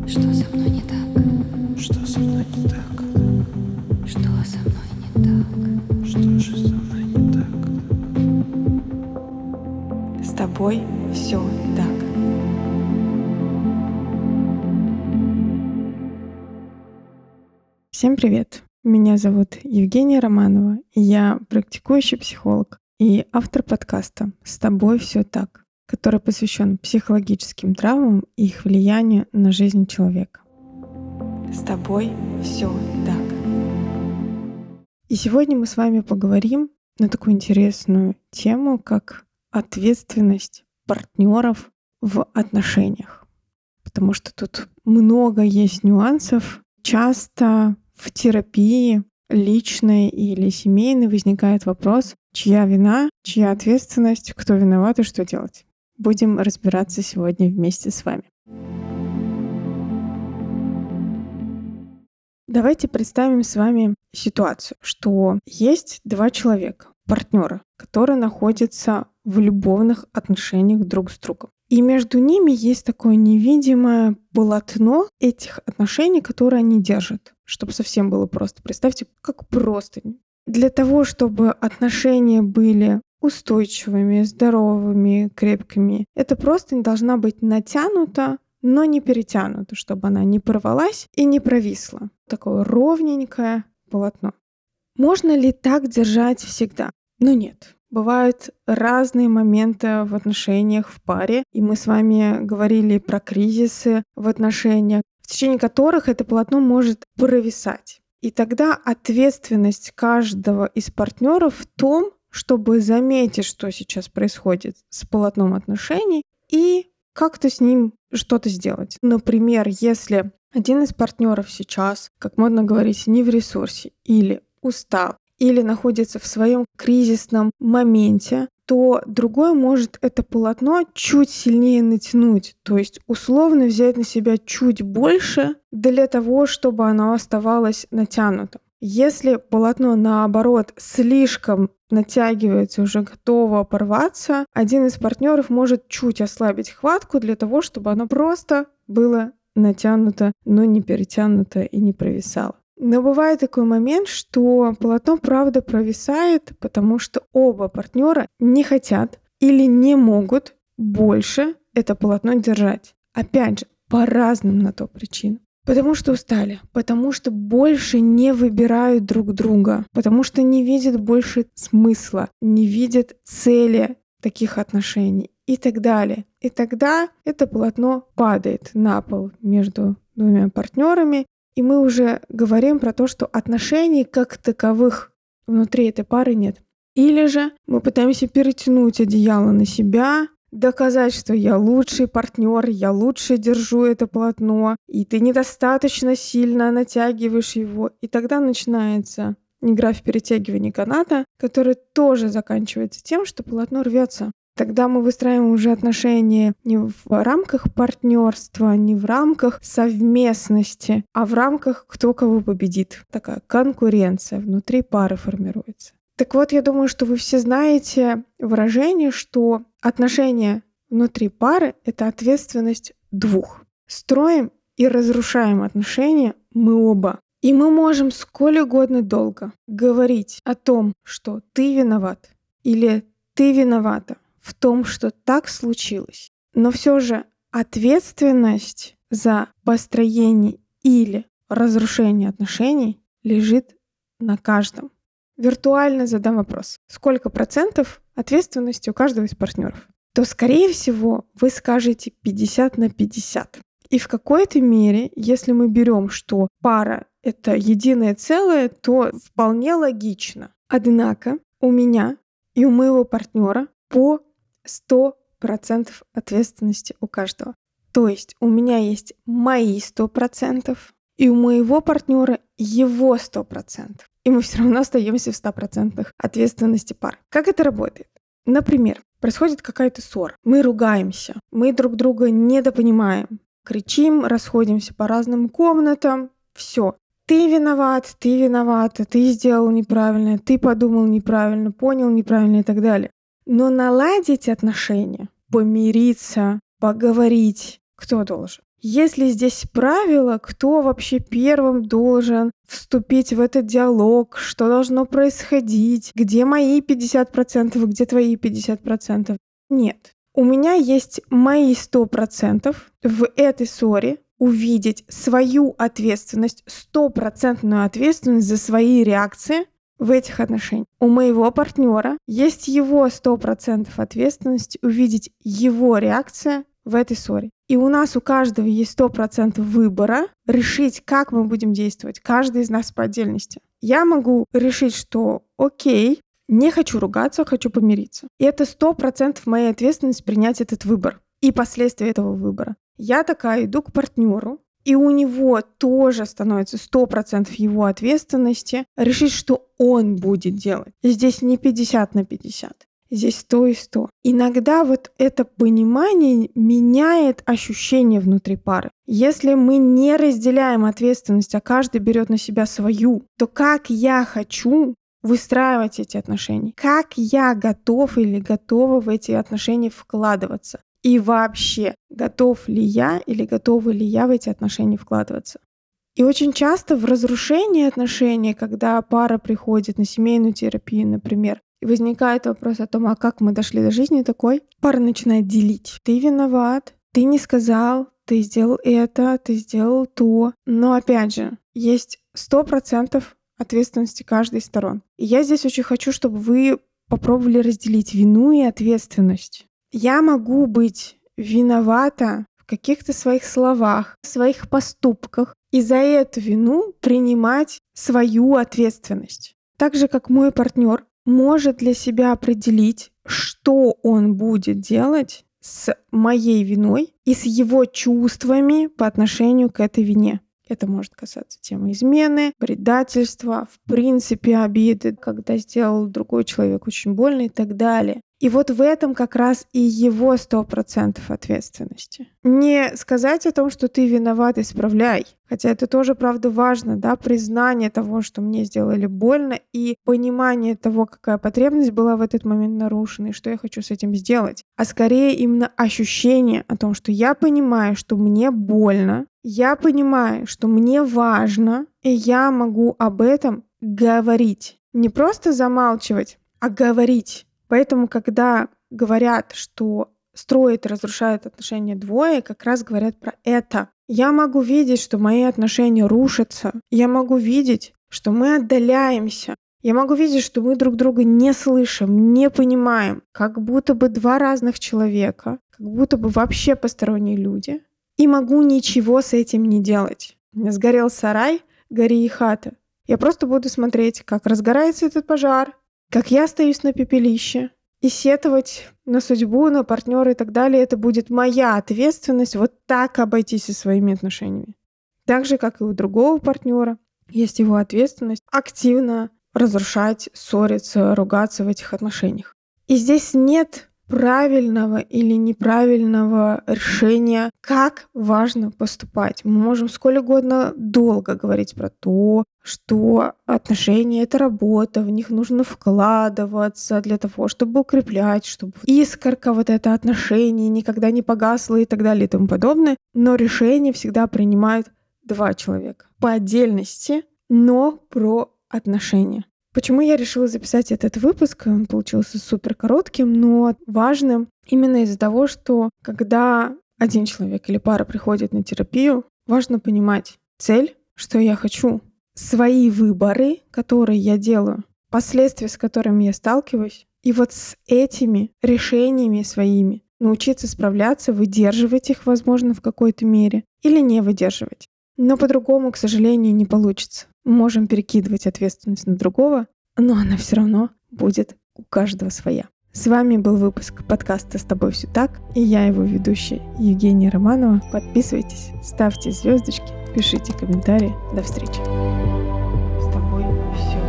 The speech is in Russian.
Что со мной не так? Что со мной не так? Что со мной не так? Что же со мной не так? С тобой все так. Всем привет! Меня зовут Евгения Романова, и я практикующий психолог и автор подкаста «С тобой все так», который посвящен психологическим травмам и их влиянию на жизнь человека. С тобой все так. И сегодня мы с вами поговорим на такую интересную тему, как ответственность партнеров в отношениях. Потому что тут много есть нюансов. Часто в терапии личной или семейной возникает вопрос, чья вина, чья ответственность, кто виноват и что делать. Будем разбираться сегодня вместе с вами. Давайте представим с вами ситуацию, что есть два человека, партнера, которые находятся в любовных отношениях друг с другом. И между ними есть такое невидимое полотно этих отношений, которые они держат. Чтобы совсем было просто. Представьте, как простынь. Для того, чтобы отношения были устойчивыми, здоровыми, крепкими, эта простынь должна быть натянута, но не перетянута, чтобы она не порвалась и не провисла. Такое ровненькое полотно. Можно ли так держать всегда? Ну нет. Бывают разные моменты в отношениях в паре, и мы с вами говорили про кризисы в отношениях, в течение которых это полотно может провисать. И тогда ответственность каждого из партнеров в том, чтобы заметить, что сейчас происходит с полотном отношений, и как-то с ним что-то сделать. Например, если один из партнеров сейчас, как модно говорить, не в ресурсе, или устал, или находится в своем кризисном моменте, то другой может это полотно чуть сильнее натянуть, то есть условно взять на себя чуть больше для того, чтобы оно оставалось натянутым. Если полотно, наоборот, слишком натягивается, уже готово порваться, один из партнеров может чуть ослабить хватку для того, чтобы оно просто было натянуто, но не перетянуто и не провисало. Но бывает такой момент, что полотно правда провисает, потому что оба партнера не хотят или не могут больше это полотно держать. Опять же, по разным на то причинам. Потому что устали, потому что больше не выбирают друг друга, потому что не видят больше смысла, не видят цели таких отношений и так далее. И тогда это полотно падает на пол между двумя партнерами, и мы уже говорим про то, что отношений как таковых внутри этой пары нет. Или же мы пытаемся перетянуть одеяло на себя, доказать, что я лучший партнер, я лучше держу это полотно, и ты недостаточно сильно натягиваешь его. И тогда начинается игра в перетягивание каната, которая тоже заканчивается тем, что полотно рвется. Тогда мы выстраиваем уже отношения не в рамках партнерства, не в рамках совместности, а в рамках кто кого победит. Такая конкуренция внутри пары формируется. Так вот, я думаю, что вы все знаете выражение, что отношения внутри пары — это ответственность двух. Строим и разрушаем отношения мы оба. И мы можем сколь угодно долго говорить о том, что ты виноват или ты виновата в том, что так случилось. Но все же ответственность за построение или разрушение отношений лежит на каждом. Виртуально задам вопрос. Сколько процентов ответственности у каждого из партнеров? То, скорее всего, вы скажете 50/50. И в какой-то мере, если мы берем, что пара — это единое целое, то вполне логично. Однако у меня и у моего партнера по 100% ответственности у каждого. То есть у меня есть мои 100%, и у моего партнера его 100%. И мы все равно остаемся в 100% ответственности пары. Как это работает? Например, происходит какая-то ссора. Мы ругаемся, мы друг друга недопонимаем, кричим, расходимся по разным комнатам. Все. Ты виноват, ты виновата, ты сделал неправильно, ты подумал неправильно, понял неправильно и так далее. Но наладить отношения, помириться, поговорить, кто должен? Если здесь правило, кто вообще первым должен вступить в этот диалог, что должно происходить, где мои 50%, где твои 50%. Нет. У меня есть мои 100% в этой ссоре увидеть свою ответственность, 100% ответственность за свои реакции в этих отношениях. У моего партнера есть его 100% ответственность увидеть его реакция в этой ссоре. И у нас у каждого есть 100% выбора решить, как мы будем действовать, каждый из нас по отдельности. Я могу решить, что окей, не хочу ругаться, хочу помириться. И это 100% моя ответственность принять этот выбор и последствия этого выбора. Я такая иду к партнеру, и у него тоже становится 100% его ответственности решить, что он будет делать. Здесь не 50/50. Здесь 100 и 100. Иногда вот это понимание меняет ощущение внутри пары. Если мы не разделяем ответственность, а каждый берет на себя свою, то как я хочу выстраивать эти отношения, как я готов или готова в эти отношения вкладываться, и вообще, готов ли я или готова ли я в эти отношения вкладываться. И очень часто в разрушении отношений, когда пара приходит на семейную терапию, например, и возникает вопрос о том, а как мы дошли до жизни такой, пара начинает делить. Ты виноват, ты не сказал, ты сделал это, ты сделал то. Но опять же, есть 100% ответственности каждой из сторон. И я здесь очень хочу, чтобы вы попробовали разделить вину и ответственность. Я могу быть виновата в каких-то своих словах, в своих поступках, и за эту вину принимать свою ответственность. Так же, как мой партнер может для себя определить, что он будет делать с моей виной и с его чувствами по отношению к этой вине. Это может касаться темы измены, предательства, в принципе обиды, когда сделал другой человек очень больно и так далее. И вот в этом как раз и его 100% ответственности. Не сказать о том, что ты виноват, исправляй. Хотя это тоже, правда, важно, да, признание того, что мне сделали больно, и понимание того, какая потребность была в этот момент нарушена, и что я хочу с этим сделать. А скорее именно ощущение о том, что я понимаю, что мне больно, я понимаю, что мне важно, и я могу об этом говорить. Не просто замалчивать, а говорить. Поэтому, когда говорят, что строят и разрушают отношения двое, как раз говорят про это. Я могу видеть, что мои отношения рушатся. Я могу видеть, что мы отдаляемся. Я могу видеть, что мы друг друга не слышим, не понимаем. Как будто бы два разных человека, как будто бы вообще посторонние люди. И могу ничего с этим не делать. У меня сгорел сарай, гори и хата. Я просто буду смотреть, как разгорается этот пожар, как я остаюсь на пепелище, и сетовать на судьбу, на партнера и так далее. Это будет моя ответственность вот так обойтись со своими отношениями. Так же, как и у другого партнера, есть его ответственность активно разрушать, ссориться, ругаться в этих отношениях. И здесь нет правильного или неправильного решения, как важно поступать. Мы можем сколь угодно долго говорить про то, что отношения — это работа, в них нужно вкладываться для того, чтобы укреплять, чтобы искорка вот это отношение никогда не погасла и так далее и тому подобное. Но решение всегда принимают два человека по отдельности, но про отношения. Почему я решила записать этот выпуск? Он получился супер коротким, но важным именно из-за того, что когда один человек или пара приходит на терапию, важно понимать цель, что я хочу, свои выборы, которые я делаю, последствия, с которыми я сталкиваюсь, и вот с этими решениями своими научиться справляться, выдерживать их, возможно, в какой-то мере, или не выдерживать. Но по-другому, к сожалению, не получится. Мы можем перекидывать ответственность на другого, но она все равно будет у каждого своя. С вами был выпуск подкаста «С тобой все так», и я его ведущая Евгения Романова. Подписывайтесь, ставьте звездочки, пишите комментарии. До встречи. С тобой все